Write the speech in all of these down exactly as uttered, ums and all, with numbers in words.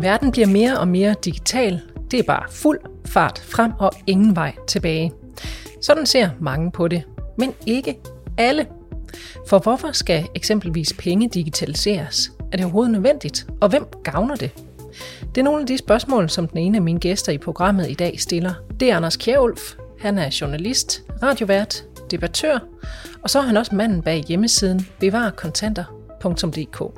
Verden bliver mere og mere digital. Det er bare fuld fart frem og ingen vej tilbage. Sådan ser mange på det, men ikke alle. For hvorfor skal eksempelvis penge digitaliseres? Er det overhovedet nødvendigt? Og hvem gavner det? Det er nogle af de spørgsmål, som den ene af mine gæster i programmet i dag stiller. Det er Anders Kjærulf. Han er journalist, radiovært, debattør, og så er han også manden bag hjemmesiden bevar kontanter punktum d k.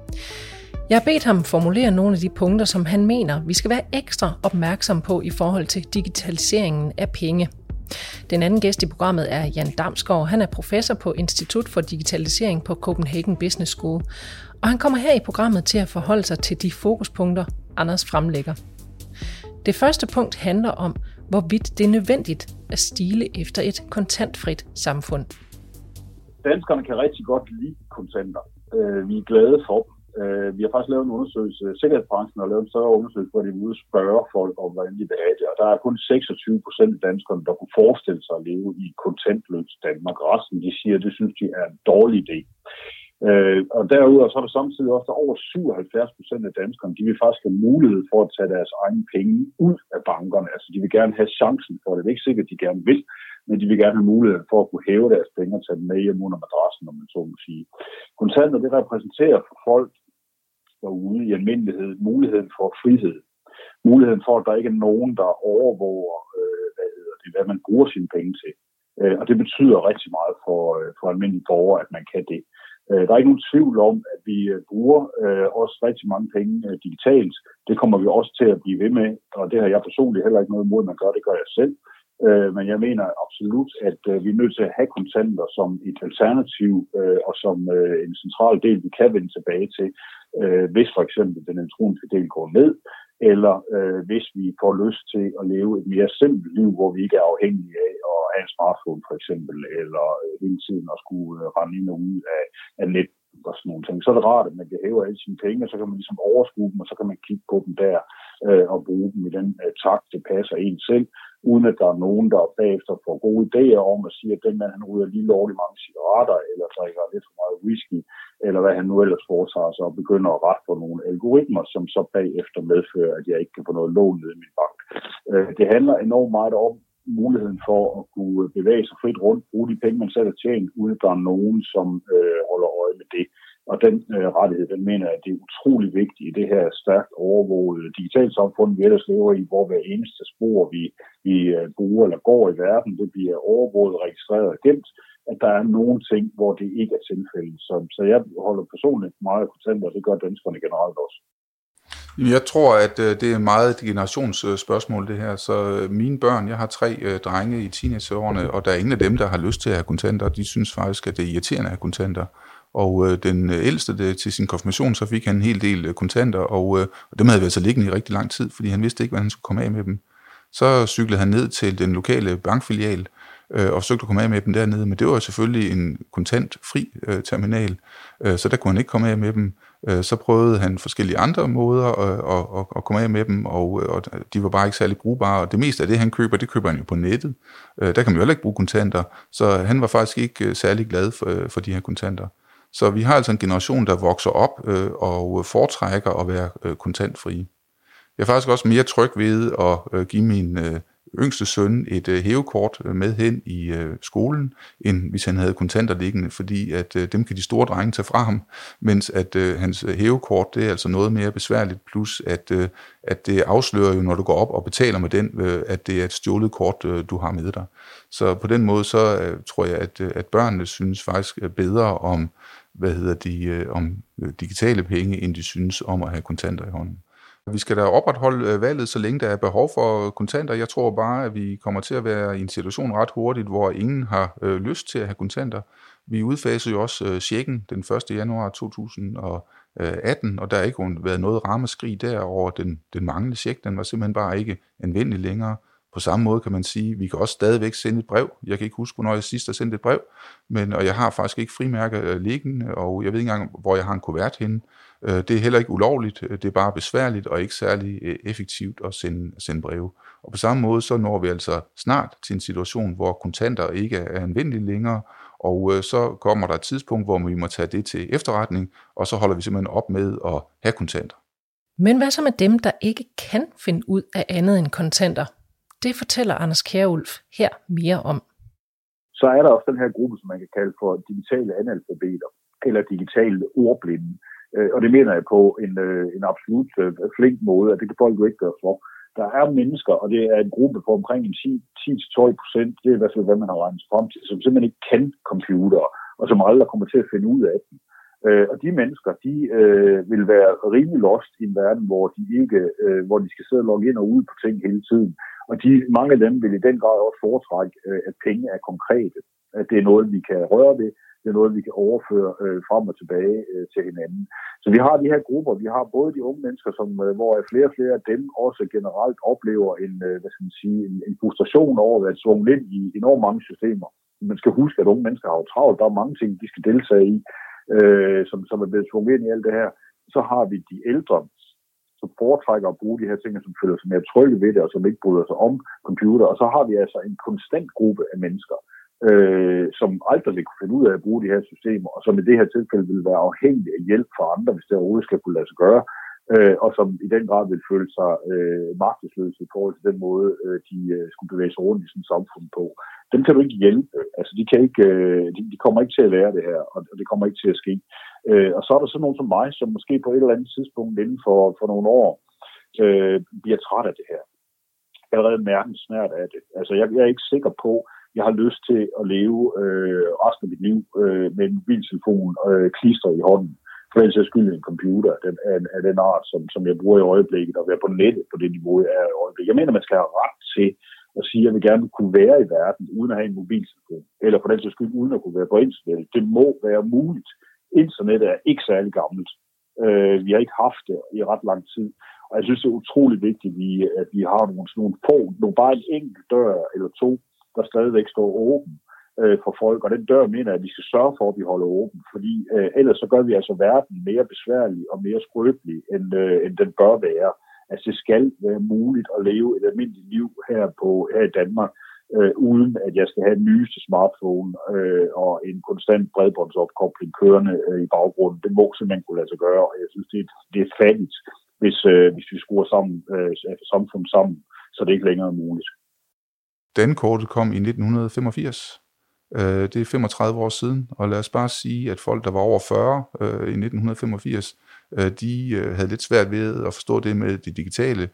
Jeg har bedt ham formulere nogle af de punkter, som han mener, vi skal være ekstra opmærksom på i forhold til digitaliseringen af penge. Den anden gæst i programmet er Jan Damsgaard. Han er professor på Institut for Digitalisering på Copenhagen Business School. Og han kommer her i programmet til at forholde sig til de fokuspunkter, Anders fremlægger. Det første punkt handler om, hvorvidt det er nødvendigt at stile efter et kontantfrit samfund. Danskerne kan rigtig godt lide kontanter. Vi er glade for dem. Vi har faktisk lavet en undersøgelse, sikkerhedsbranchen har lavet en større undersøgelse, hvor de er ude og spørge folk om, hvordan de vil have det. Og der er kun seksogtyve procent af danskerne, der kunne forestille sig at leve i kontantløs Danmark. Resten, de siger, at det synes de er en dårlig idé. Og derudover så er der samtidig også over syvoghalvfjerds procent af danskerne, de vil faktisk have mulighed for at tage deres egne penge ud af bankerne. Altså de vil gerne have chancen for det. Det er ikke sikkert, at de gerne vil, men de vil gerne have mulighed for at kunne hæve deres penge og tage dem med hjem under madrassen, om man så må sige. Kontanter, det repræsenterer for folk derude i almindelighed muligheden for frihed. Muligheden for, at der ikke er nogen, der overvåger, øh, hvad hedder det, hvad man bruger sine penge til. Øh, og det betyder rigtig meget for, øh, for almindelige borgere, at man kan det. Øh, der er ikke nogen tvivl om, at vi øh, bruger øh, også rigtig mange penge øh, digitalt. Det kommer vi også til at blive ved med, og det har jeg personligt heller ikke noget imod, man gør. Det gør jeg selv. Øh, men jeg mener absolut, at øh, vi er nødt til at have kontanter som et alternativ øh, og som øh, en central del, vi kan vende tilbage til, øh, hvis for eksempel den elektroniske del går ned, eller øh, hvis vi får lyst til at leve et mere simpelt liv, hvor vi ikke er afhængige af at have en smartphone for eksempel, eller øh, hele tiden at skulle øh, rende ind og ud af, af net og sådan nogle ting. Så er det rart, at man kan hæve alle sine penge, og så kan man ligesom overskue dem, og så kan man kigge på dem der øh, og bruge dem i den øh, takt, det passer en selv, uden at der er nogen, der bagefter får gode idéer om at sige, at den mand, han ryger lige lovligt mange cigaretter, eller drikker lidt for meget whisky, eller hvad han nu ellers foretager sig, og begynder at rette på nogle algoritmer, som så bagefter medfører, at jeg ikke kan få noget lån ned i min bank. Øh, det handler enormt meget om muligheden for at kunne bevæge sig frit rundt, bruge de penge, man selv har tjent, uden at der er nogen, som øh, holder øje med det. Og den øh, rettighed, den mener jeg, at det er utrolig vigtigt i det her stærkt overvågede digitalsamfund, vi ellers lever i, hvor hver eneste spor, vi, vi øh, bruger eller går i verden, det bliver overvåget, registreret og gemt, at der er nogle ting, hvor det ikke er tilfældet. Så, så jeg holder personligt meget kontanter, og det gør danskerne generelt også. Jeg tror, at det er meget et generationsspørgsmål, det her. Så mine børn, jeg har tre drenge i teenageårene, og der er ingen af dem, der har lyst til at have kontanter. De synes faktisk, at det er irriterende at have kontanter. Og den ældste det, til sin konfirmation, så fik han en hel del kontanter, og, og dem havde vi altså liggende i rigtig lang tid, fordi han vidste ikke, hvordan han skulle komme af med dem. Så cyklede han ned til den lokale bankfilial, øh, og forsøgte at komme af med dem dernede, men det var selvfølgelig en kontantfri øh, terminal, øh, så der kunne han ikke komme af med dem. Øh, så prøvede han forskellige andre måder øh, at, at, at komme af med dem, og, og de var bare ikke særlig brugbare, og det meste af det, han køber, det køber han jo på nettet. Øh, der kan man jo heller ikke bruge kontanter, så han var faktisk ikke øh, særlig glad for, øh, for de her kontanter. Så vi har altså en generation, der vokser op øh, og foretrækker at være øh, kontantfrie. Jeg er faktisk også mere tryg ved at øh, give min øh, yngste søn et øh, hævekort med hen i øh, skolen, end hvis han havde kontanter liggende, fordi at øh, dem kan de store drenge tage fra ham, mens at øh, hans hævekort, det er altså noget mere besværligt, plus at, øh, at det afslører jo, når du går op og betaler med den, øh, at det er et stjålet kort, øh, du har med dig. Så på den måde, så øh, tror jeg, at, at børnene synes faktisk bedre om, hvad hedder de, øh, om digitale penge, end de synes om at have kontanter i hånden. Vi skal da opretholde valget, så længe der er behov for kontanter. Jeg tror bare, at vi kommer til at være i en situation ret hurtigt, hvor ingen har øh, lyst til at have kontanter. Vi udfaser jo også øh, checken den første januar to tusind og atten, og der har ikke været noget ramaskrig der over den, den manglende check. Den var simpelthen bare ikke anvendelig længere. På samme måde kan man sige, at vi kan også stadigvæk sende et brev. Jeg kan ikke huske, hvornår jeg sidst har sendt et brev, men, og jeg har faktisk ikke frimærker liggende, og jeg ved ikke engang, hvor jeg har en kuvert henne. Det er heller ikke ulovligt, det er bare besværligt og ikke særlig effektivt at sende, sende breve. Og på samme måde så når vi altså snart til en situation, hvor kontanter ikke er anvendelige længere, og så kommer der et tidspunkt, hvor vi må tage det til efterretning, og så holder vi simpelthen op med at have kontanter. Men hvad så med dem, der ikke kan finde ud af andet end kontanter? Det fortæller Anders Kjærulff her mere om. Så er der også den her gruppe, som man kan kalde for digitale analfabeter, eller digitale ordblinde. Og det mener jeg på en, en absolut flink måde, at det kan folk jo ikke gøre for. Der er mennesker, og det er en gruppe på omkring ti til tolv procent, det er i hvert fald, hvad man har regnet frem til, som simpelthen ikke kan computere, og som aldrig kommer til at finde ud af dem. Og de mennesker, de øh, vil være rimelig lost i en verden, hvor de ikke, øh, hvor de skal sidde og logge ind og ud på ting hele tiden. Og de, mange af dem vil i den grad også foretrække, øh, at penge er konkrete. At det er noget, vi kan røre ved. Det er noget, vi kan overføre øh, frem og tilbage øh, til hinanden. Så vi har de her grupper. Vi har både de unge mennesker, som, øh, hvor flere og flere af dem også generelt oplever en, øh, hvad skal man sige, en, en frustration over at være tvunget ind i enormt mange systemer. Man skal huske, at unge mennesker har jo travlt. Der er mange ting, de skal deltage i, øh, som, som er blevet tvunget ind i alt det her. Så har vi de ældre, som foretrækker at bruge de her ting, som føler sig mere trygge ved det, og som ikke bryder sig om computer. Og så har vi altså en konstant gruppe af mennesker, Øh, som aldrig vil kunne finde ud af at bruge de her systemer, og som i det her tilfælde vil være afhængige af hjælp fra andre, hvis det overhovedet skal kunne lade sig gøre, øh, og som i den grad vil føle sig øh, magtesløse i forhold til den måde, øh, de øh, skulle bevæge sig rundt i sådan et samfund på. Dem kan du ikke hjælpe. Altså, de, kan ikke, øh, de, de kommer ikke til at lære det her, og det kommer ikke til at ske. Øh, og så er der sådan nogen som mig, som måske på et eller andet tidspunkt inden for, for nogle år øh, bliver træt af det her. Jeg har allerede mærket snært af det. Altså, jeg, jeg er ikke sikker på, jeg har lyst til at leve øh, resten af mit liv øh, med en mobiltelefon øh, klistret i hånden. For den sags skyld en computer den, af, af den art, som, som jeg bruger i øjeblikket, og være på nettet på det niveau, jeg er i øjeblikket. Jeg mener, man skal have ret til at sige, at jeg vil gerne kunne være i verden, uden at have en mobiltelefon. Eller for den sags skyld, uden at kunne være på internet. Det må være muligt. Internettet er ikke særlig gammelt. Øh, vi har ikke haft det i ret lang tid. Og jeg synes, det er utroligt vigtigt, at vi, at vi har nogle, nogle få, nogle, bare en enkelt dør eller to, der stadigvæk står åben øh, for folk. Og den dør mener jeg, at vi skal sørge for, at vi holder åben. Fordi øh, ellers så gør vi altså verden mere besværlig og mere skrøbelig, end, øh, end den bør være. Altså det skal være muligt at leve et almindeligt liv her, på, her i Danmark, øh, uden at jeg skal have en nyeste smartphone øh, og en konstant bredbåndsopkobling kørende øh, i baggrunden. Det må simpelthen kunne lade sig gøre, og jeg synes, det er, det er fattigt, hvis, øh, hvis vi skruer sammen, øh, samfundet sammen, så det ikke længere er muligt. Dankortet kom i nitten femogfirs. Det er femogtredive år siden, og lad os bare sige, at folk, der var over fyrre i nitten femogfirs, de havde lidt svært ved at forstå det med det digitale,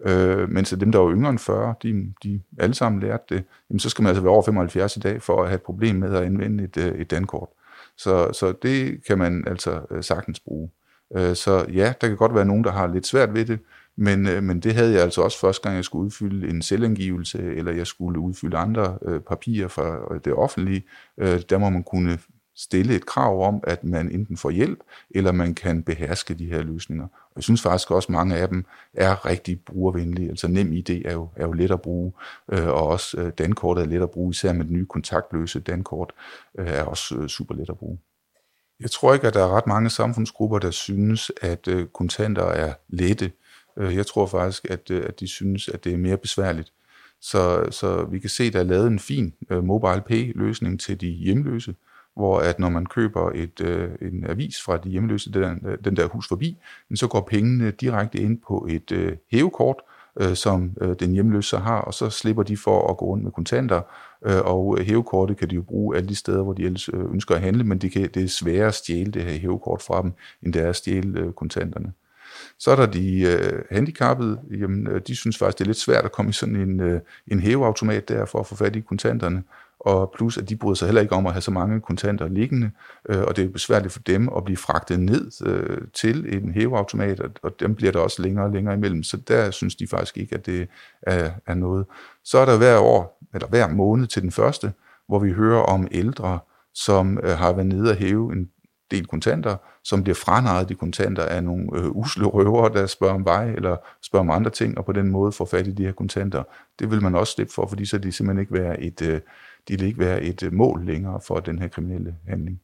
mens dem, der var yngre end fyrre, de, de alle sammen lærte det. Jamen, så skal man altså være over femoghalvfjerds i dag, for at have et problem med at anvende et, et dankort. Så, så det kan man altså sagtens bruge. Så ja, der kan godt være nogen, der har lidt svært ved det, Men, men det havde jeg altså også første gang, jeg skulle udfylde en selvangivelse, eller jeg skulle udfylde andre øh, papirer fra det offentlige. Øh, der må man kunne stille et krav om, at man enten får hjælp, eller man kan beherske de her løsninger. Og jeg synes faktisk også, at mange af dem er rigtig brugervenlige. Altså NemID er jo, er jo let at bruge, øh, og også øh, dankortet er let at bruge, især med det nye kontaktløse dankort øh, er også øh, super let at bruge. Jeg tror ikke, at der er ret mange samfundsgrupper, der synes, at øh, kontanter er lette. Jeg tror faktisk, at, at de synes, at det er mere besværligt. Så, så vi kan se, at der er lavet en fin uh, mobile pay-løsning til de hjemløse, hvor at når man køber et, uh, en avis fra de hjemløse, den, den der Hus Forbi, så går pengene direkte ind på et uh, hævekort, uh, som uh, den hjemløse har, og så slipper de for at gå rundt med kontanter, uh, og hævekortet kan de jo bruge alle de steder, hvor de ellers uh, ønsker at handle, men det, kan, det er sværere at stjæle det her hævekort fra dem, end det er at stjæle uh, kontanterne. Så er der de øh, handicappede, jamen, øh, de synes faktisk, det er lidt svært at komme i sådan en, øh, en hæveautomat der for at få fat i kontanterne, og plus at de bryder sig heller ikke om at have så mange kontanter liggende, øh, og det er besværligt for dem at blive fragtet ned øh, til en hæveautomat, og, og dem bliver der også længere og længere imellem, så der synes de faktisk ikke, at det er, er noget. Så er der hver år, eller hver måned til den første, hvor vi hører om ældre, som øh, har været nede og hæve en del kontanter, som bliver franarret de kontanter af nogle øh, usle røvere, der spørger om vej, eller spørger om andre ting, og på den måde får fat i de her kontanter. Det vil man også slippe for, fordi så de simpelthen ikke være et, øh, de vil ikke være et øh, mål længere for den her kriminelle handling.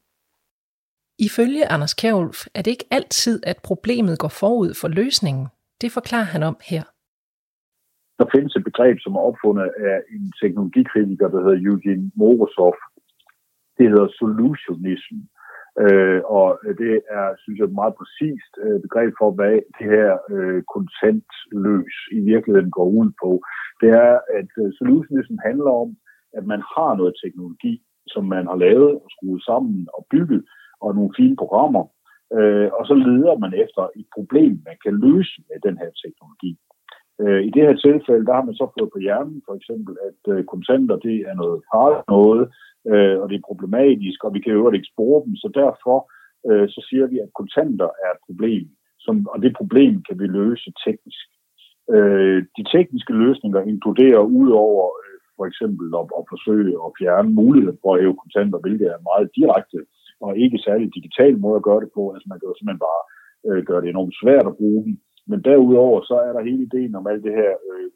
Ifølge Anders Kjærulff er det ikke altid, at problemet går forud for løsningen. Det forklarer han om her. Der findes et begreb, som er opfundet af en teknologikritiker, der hedder Eugene Morozov. Det hedder solutionism. Øh, og det er, synes jeg, et meget præcist øh, begreb for, hvad det her øh, kontantløs i virkeligheden går ud på. Det er, at øh, solutionism handler om, at man har noget teknologi, som man har lavet og skruet sammen og bygget, og nogle fine programmer, øh, og så leder man efter et problem, man kan løse med den her teknologi. Øh, I det her tilfælde, der har man så fået på hjernen, for eksempel, at øh, kontanter, det er noget farligt noget, øh, og det er problematisk, og vi kan jo ikke spore dem, så derfor øh, så siger vi, at kontanter er et problem, som, og det problem kan vi løse teknisk. Øh, de tekniske løsninger inkluderer udover øh, for eksempel at, at forsøge at fjerne muligheden for at hæve kontanter, hvilket er meget direkte og ikke særlig digital måde at gøre det på. Altså man kan jo simpelthen bare øh, gøre det enormt svært at bruge dem. Men derudover så er der hele ideen om alt det her øh,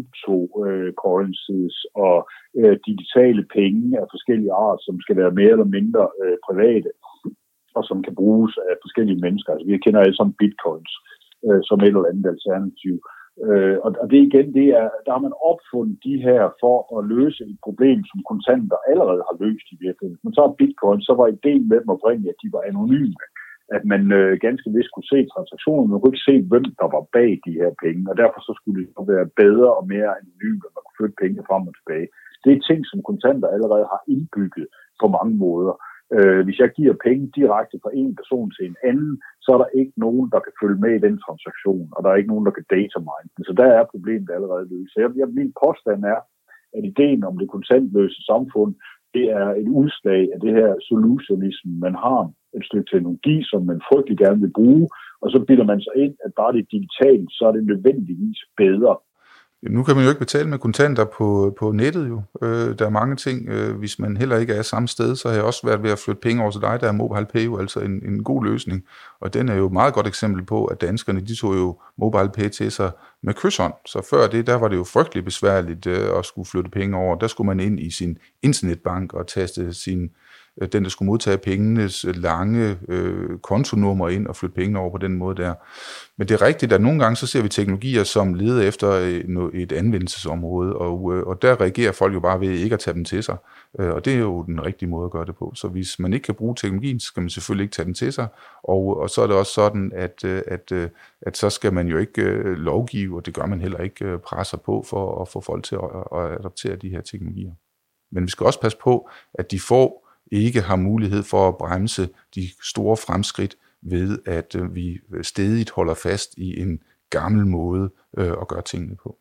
cryptocurrencies øh, og øh, digitale penge af forskellige art, som skal være mere eller mindre øh, private og som kan bruges af forskellige mennesker. Altså vi kender alle sammen bitcoins øh, som et eller andet alternativ. Øh, og det igen, det er, der har man opfundet de her for at løse et problem, som kontanter allerede har løst i virkeligheden. Hvis man tager bitcoin, så var ideen med dem oprindeligt, at de var anonyme. At man øh, ganske vist kunne se transaktioner, man kunne ikke se, hvem der var bag de her penge, og derfor så skulle det være bedre og mere anonymt, at man kunne flytte penge frem og tilbage. Det er ting, som kontanter allerede har indbygget på mange måder. Øh, hvis jeg giver penge direkte fra en person til en anden, så er der ikke nogen, der kan følge med i den transaktion, og der er ikke nogen, der kan datamine den. Så der er problemet allerede løst. Så jeg, jeg, min påstand er, at ideen om det kontantløse samfund, det er et udslag af det her solutionism, man har et stykke teknologi, som man frygtelig gerne vil bruge, og så bilder man sig ind, at bare det er digitalt, så er det nødvendigvis bedre. Nu kan man jo ikke betale med kontanter på, på nettet jo. Øh, der er mange ting. Øh, hvis man heller ikke er samme sted, så har jeg også været ved at flytte penge over til dig. Der er MobilePay jo altså en, en god løsning. Og den er jo et meget godt eksempel på, at danskerne, de tog jo MobilePay til sig med kyshånd. Så før det, der var det jo frygtelig besværligt øh, at skulle flytte penge over. Der skulle man ind i sin internetbank og taste sin den, der skulle modtage pengenes lange øh, kontonummer ind og flytte pengene over på den måde der. Men det er rigtigt, at nogle gange så ser vi teknologier, som leder efter et anvendelsesområde, og, øh, og der reagerer folk jo bare ved ikke at tage dem til sig. Øh, og det er jo den rigtige måde at gøre det på. Så hvis man ikke kan bruge teknologien, så skal man selvfølgelig ikke tage den til sig. Og, og så er det også sådan, at, at, at så skal man jo ikke øh, lovgive, og det gør man heller ikke øh, presser på for at få folk til at, at adoptere de her teknologier. Men vi skal også passe på, at de får ikke har mulighed for at bremse de store fremskridt ved, at vi stædigt holder fast i en gammel måde at gøre tingene på.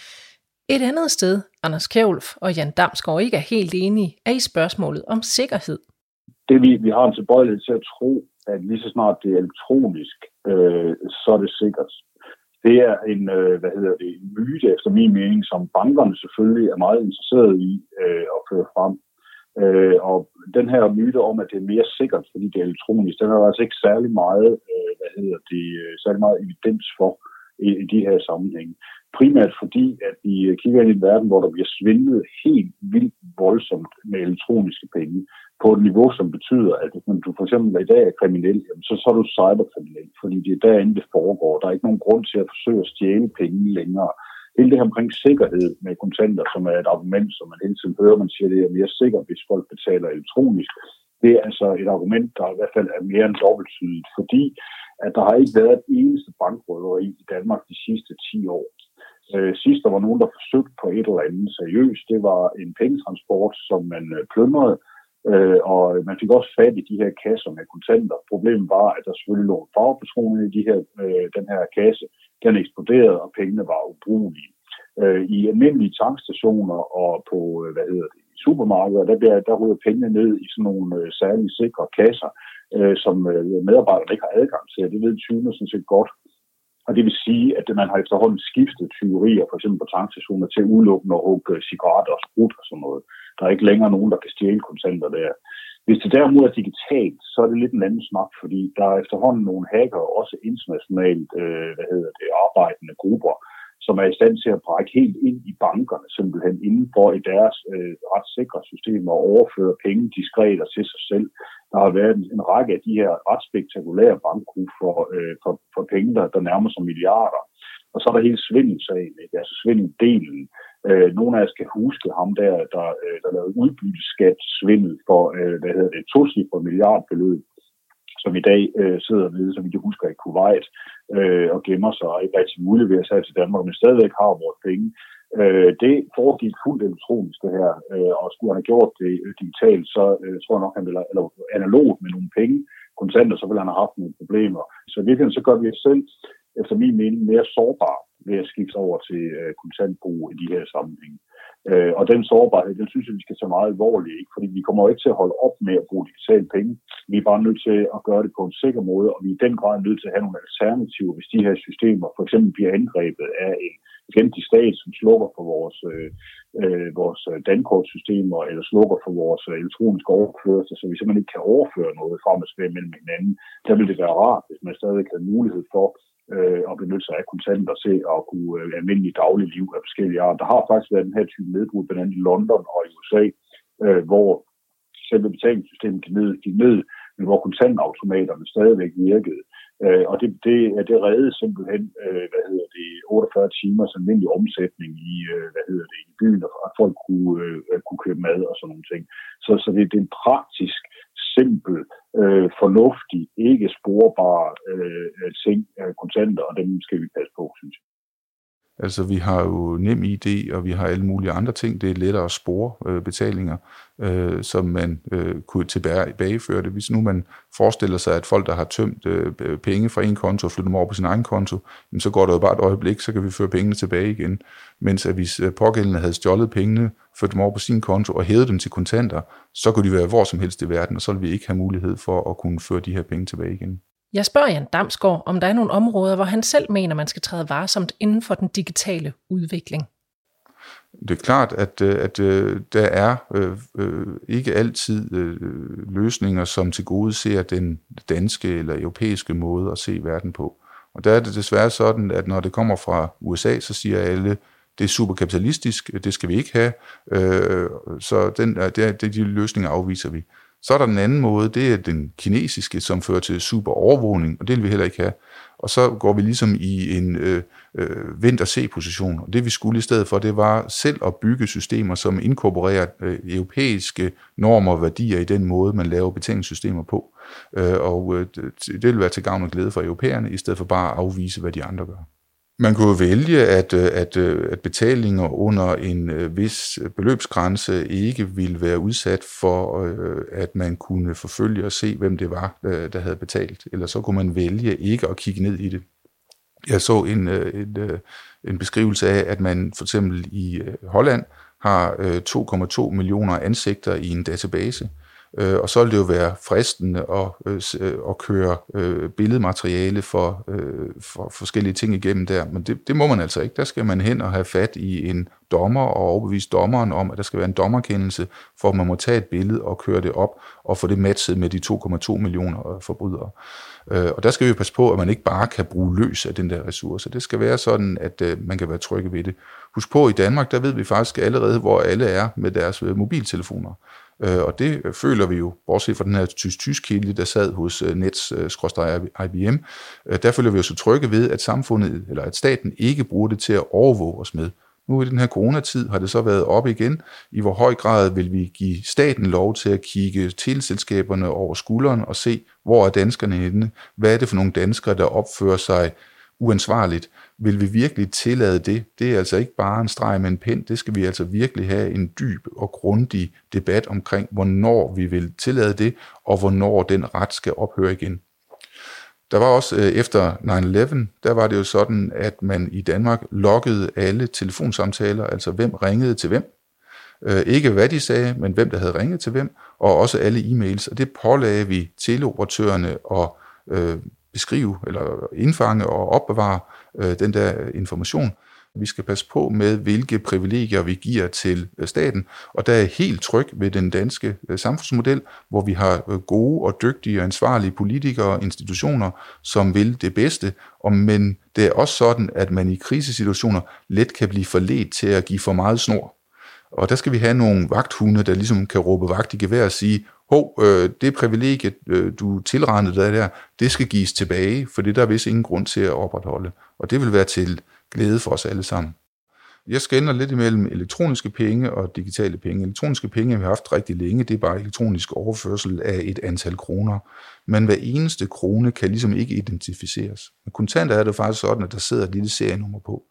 Et andet sted, Anders Kjærulff og Jan Damsgaard ikke er helt enige, er i spørgsmålet om sikkerhed. Det vi, vi har en tilbøjelighed til at tro, at lige så snart det er elektronisk, øh, så er det sikkert. Det er en, øh, hvad hedder det, en myte efter min mening, som bankerne selvfølgelig er meget interesserede i øh, at føre frem. Øh, og den her myte om, at det er mere sikkert, fordi det er elektronisk, den er altså ikke særlig meget, øh, hvad hedder det, særlig meget evidens for i, i de her sammenhænge. Primært fordi, at vi kigger ind i en verden, hvor der bliver svindlet helt vildt voldsomt med elektroniske penge, på et niveau, som betyder, at hvis du for eksempel i dag er kriminel, så, så er du cyberkriminel, fordi det er derinde, det foregår. Der er ikke nogen grund til at forsøge at stjæle penge længere. Hele det her omkring sikkerhed med kontanter, som er et argument, som man hele tiden hører, man siger, det er mere sikkert, hvis folk betaler elektronisk. Det er altså et argument, der i hvert fald er mere end dobbelttydigt, fordi at der har ikke været et eneste bankrøveri i Danmark de sidste ti år. Øh, sidst der var nogen, der forsøgte på et eller andet seriøst, det var en pengetransport, som man plyndrede, øh, og man fik også fat i de her kasser med kontanter. Problemet var, at der selvfølgelig lå farvepatroner i de her, øh, den her kasse. Den eksploderede, og pengene var ubrugelige. Øh, I almindelige tankstationer og på, hvad hedder det, supermarkeder, der, bliver, der ryger pengene ned i sådan nogle øh, særligt sikre kasser, øh, som øh, medarbejderne ikke har adgang til. Det ved tyvene sådan set godt. Og det vil sige, at man har efterhånden skiftet tyverier, for eksempel på tankstationer, til udelukkende at hugge cigaretter og sprut og sådan noget. Der er ikke længere nogen, der kan stjæle kontanter der. Hvis det derimod er digitalt, så er det lidt en anden snak, fordi der er efterhånden nogle hacker, også internationalt øh, hvad hedder det, arbejdende grupper, som er i stand til at brække helt ind i bankerne, simpelthen indenfor i deres øh, ret sikre systemer og overføre penge diskret og til sig selv. Der har været en, en række af de her ret spektakulære bankgrupper for, øh, for, for penge, der, der nærmer sig milliarder. Og så er der hele svindelsagen, ikke? Altså svindeldelen. Øh, nogle af os kan huske ham der, der, øh, der lavede udbytteskat svindel for, øh, hvad hedder det, tocifret milliardbeløb. som i dag øh, sidder nede, som vi kan huske i Kuwait, øh, og gemmer sig og ikke rigtig udleverer sig til Danmark, men stadigvæk har vores penge. Øh, det foregik fuldt elektronisk det her, øh, og skulle han have gjort det digitalt, så øh, tror jeg nok, han ville, eller analogt med nogle penge, kontanter, så ville han have haft nogle problemer. Så i virkeligheden så gør vi os selv, efter min mening, mere sårbare ved at skifte over til øh, kontantbrug i de her sammenhæng. Øh, og den sårbarhed, den synes jeg, vi skal tage meget alvorligt, ikke? Fordi vi kommer ikke til at holde op med at bruge digitale penge. Vi er bare nødt til at gøre det på en sikker måde, og vi er i den grad nødt til at have nogle alternativer, hvis de her systemer for eksempel bliver angrebet af en fjendtlig stat, som slukker for vores, øh, vores dankortsystemer eller slukker for vores elektroniske overførsler, så vi simpelthen ikke kan overføre noget frem og tilbage mellem hinanden. Der vil det være rart, hvis man stadig har mulighed for øh, at benytte sig af kontanter til at kunne øh, almindelig daglig liv af forskellige arter. Der har faktisk været den her type nedbrud, blandt andet i London og i U S A, øh, hvor selve betalingssystemet gik ned, gik ned, men hvor kontantautomaterne stadigvæk virkede. Øh, og det, det, det reddede simpelthen, øh, hvad hedder det, otteogfyrre timers almindelig omsætning i, øh, hvad hedder det, i byen, og at folk kunne, øh, kunne købe mad og sådan nogle ting. Så, så det, det er en praktisk, simpel, øh, fornuftig, ikke sporbar øh, ting, øh, kontanter, og dem skal vi passe på, synes jeg. Altså, vi har jo NemID, og vi har alle mulige andre ting. Det er lettere at spore øh, betalinger, øh, som man øh, kunne tilbageføre det. Hvis nu man forestiller sig, at folk, der har tømt øh, penge fra en konto og flyttet dem over på sin egen konto, jamen, så går der jo bare et øjeblik, så kan vi føre pengene tilbage igen. Mens at hvis pågældende havde stjålet pengene, ført dem over på sin konto og hævet dem til kontanter, så kunne de være hvor som helst i verden, og så ville vi ikke have mulighed for at kunne føre de her penge tilbage igen. Jeg spørger Jan Damsgaard, om der er nogle områder, hvor han selv mener, man skal træde varsomt inden for den digitale udvikling. Det er klart, at, at der er øh, ikke altid øh, løsninger, som tilgodeser den danske eller europæiske måde at se verden på. Og der er det desværre sådan, at når det kommer fra U S A, så siger alle, det er superkapitalistisk, det skal vi ikke have, øh, så den, det, de løsninger afviser vi. Så er der den anden måde, det er den kinesiske, som fører til super overvågning, og det vil vi heller ikke have. Og så går vi ligesom i en øh, øh, vent-og-se-position. Og det vi skulle i stedet for, det var selv at bygge systemer, som inkorporerer øh, europæiske normer og værdier i den måde, man laver betalingssystemer på. Øh, og øh, det vil være til gavn og glæde for europæerne, i stedet for bare at afvise, hvad de andre gør. Man kunne vælge, at, at, at betalinger under en vis beløbsgrænse ikke ville være udsat for, at man kunne forfølge og se, hvem det var, der havde betalt. Eller så kunne man vælge ikke at kigge ned i det. Jeg så en, en, en beskrivelse af, at man for eksempel i Holland har to komma to millioner ansigter i en database. Og så vil det jo være fristende at, at køre billedmateriale for, for forskellige ting igennem der, men det, det må man altså ikke. Der skal man hen og have fat i en dommer og overbevise dommeren om, at der skal være en dommerkendelse, for at man må tage et billede og køre det op og få det matchet med de to komma to millioner forbrydere. Og der skal vi passe på, at man ikke bare kan bruge løs af den der ressource. Det skal være sådan, at man kan være trygge ved det. Husk på, i Danmark, der ved vi faktisk allerede, hvor alle er med deres mobiltelefoner. Og det føler vi jo, bortset fra den her tysk-tysk-kilde, der sad hos Nets-I B M, der føler vi jo så trygge ved, at samfundet, eller at staten ikke bruger det til at overvåge os med. Nu i den her coronatid har det så været op igen, i hvor høj grad vil vi give staten lov til at kigge teleselskaberne over skulderen og se, hvor er danskerne henne, hvad er det for nogle danskere, der opfører sig uansvarligt. Vil vi virkelig tillade det? Det er altså ikke bare en streg med en pind, det skal vi altså virkelig have en dyb og grundig debat omkring, hvornår vi vil tillade det, og hvornår den ret skal ophøre igen. Der var også øh, efter nine eleven, der var det jo sådan, at man i Danmark loggede alle telefonsamtaler, altså hvem ringede til hvem. Øh, ikke hvad de sagde, men hvem der havde ringet til hvem, og også alle e-mails, og det pålagde vi teleoperatørerne at øh, beskrive, eller indfange og opbevare øh, den der information. Vi skal passe på med, hvilke privilegier vi giver til staten, og der er helt tryg ved den danske samfundsmodel, hvor vi har gode og dygtige og ansvarlige politikere og institutioner, som vil det bedste, og men det er også sådan, at man i krisesituationer let kan blive forledt til at give for meget snor. Og der skal vi have nogle vagthunde, der ligesom kan råbe vagt i gevær og sige, hov, øh, det privilegie, øh, du tilregnede dig der, det skal gives tilbage, for det der er vist ingen grund til at opretholde. Og det vil være til glæde for os alle sammen. jeg skelner lidt imellem elektroniske penge og digitale penge. Elektroniske penge har vi haft rigtig længe, det er bare elektronisk overførsel af et antal kroner. Men hver eneste krone kan ligesom ikke identificeres. Med kontanter er det faktisk sådan, at der sidder et lille serienummer på.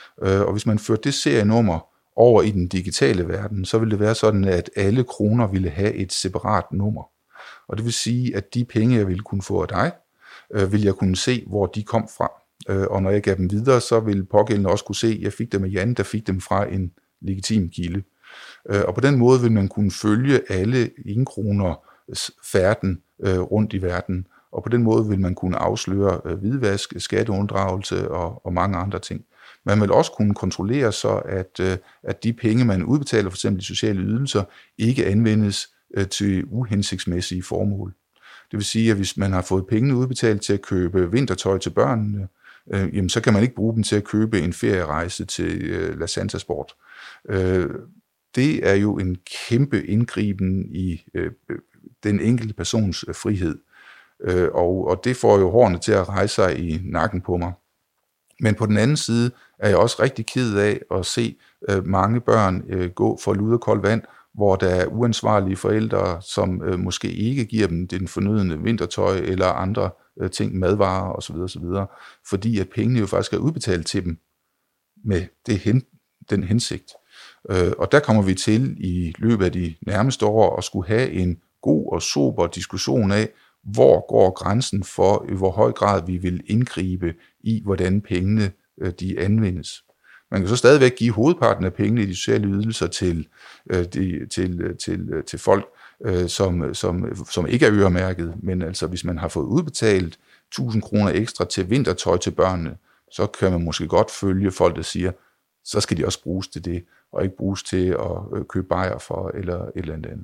Og hvis man førte det serienummer over i den digitale verden, så ville det være sådan, at alle kroner ville have et separat nummer. Og det vil sige, at de penge, jeg ville kunne få af dig, ville jeg kunne se, hvor de kom fra. Og når jeg gav dem videre, så ville pågældende også kunne se, at jeg fik dem af Jan, der fik dem fra en legitim kilde. Og på den måde vil man kunne følge alle enkroners færden rundt i verden. Og på den måde vil man kunne afsløre hvidvask, skatteunddragelse og, og mange andre ting. Man vil også kunne kontrollere så, at, at de penge, man udbetaler, f.eks. i sociale ydelser, ikke anvendes til uhensigtsmæssige formål. Det vil sige, at hvis man har fået pengene udbetalt til at købe vintertøj til børnene, øh, jamen, så kan man ikke bruge dem til at købe en ferierejse til øh, La Santa Sport. Øh, det er jo en kæmpe indgriben i øh, den enkelte persons øh, frihed. Øh, og, og det får jo hårene til at rejse sig i nakken på mig. Men på den anden side er jeg også rigtig ked af at se øh, mange børn øh, gå for lud og koldt vand, hvor der er uansvarlige forældre, som øh, måske ikke giver dem den fornødne vintertøj eller andre øh, ting, madvarer osv. osv., fordi at pengene jo faktisk er udbetalt til dem med det hen, den hensigt. Øh, og der kommer vi til i løbet af de nærmeste år at skulle have en god og sober diskussion af, hvor går grænsen for, i hvor høj grad vi vil indgribe i, hvordan pengene øh, de anvendes. Man kan så stadigvæk give hovedparten af pengene i de sociale ydelser til, øh, de, til, til, til folk, øh, som, som, som ikke er øremærket. Men altså, hvis man har fået udbetalt tusind kroner ekstra til vintertøj til børnene, så kan man måske godt følge folk, der siger, så skal de også bruges til det, og ikke bruges til at købe bajer for eller et eller andet.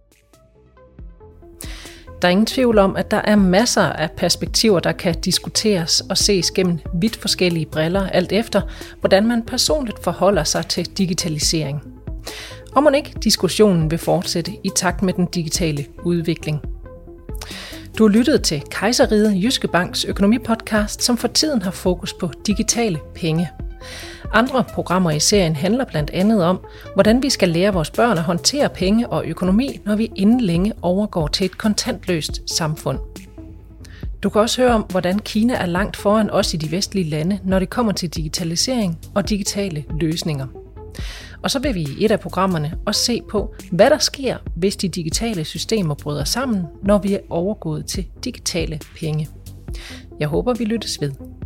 Der er ingen tvivl om, at der er masser af perspektiver, der kan diskuteres og ses gennem vidt forskellige briller, alt efter, hvordan man personligt forholder sig til digitalisering. Og mon ikke diskussionen vil fortsætte i takt med den digitale udvikling. Du har lyttet til Kejserriget, Jyske Banks økonomipodcast, som for tiden har fokus på digitale penge. Andre programmer i serien handler blandt andet om, hvordan vi skal lære vores børn at håndtere penge og økonomi, når vi inden længe overgår til et kontantløst samfund. Du kan også høre om, hvordan Kina er langt foran os i de vestlige lande, når det kommer til digitalisering og digitale løsninger. Og så vil vi i et af programmerne også se på, hvad der sker, hvis de digitale systemer bryder sammen, når vi er overgået til digitale penge. Jeg håber, vi lyttes ved.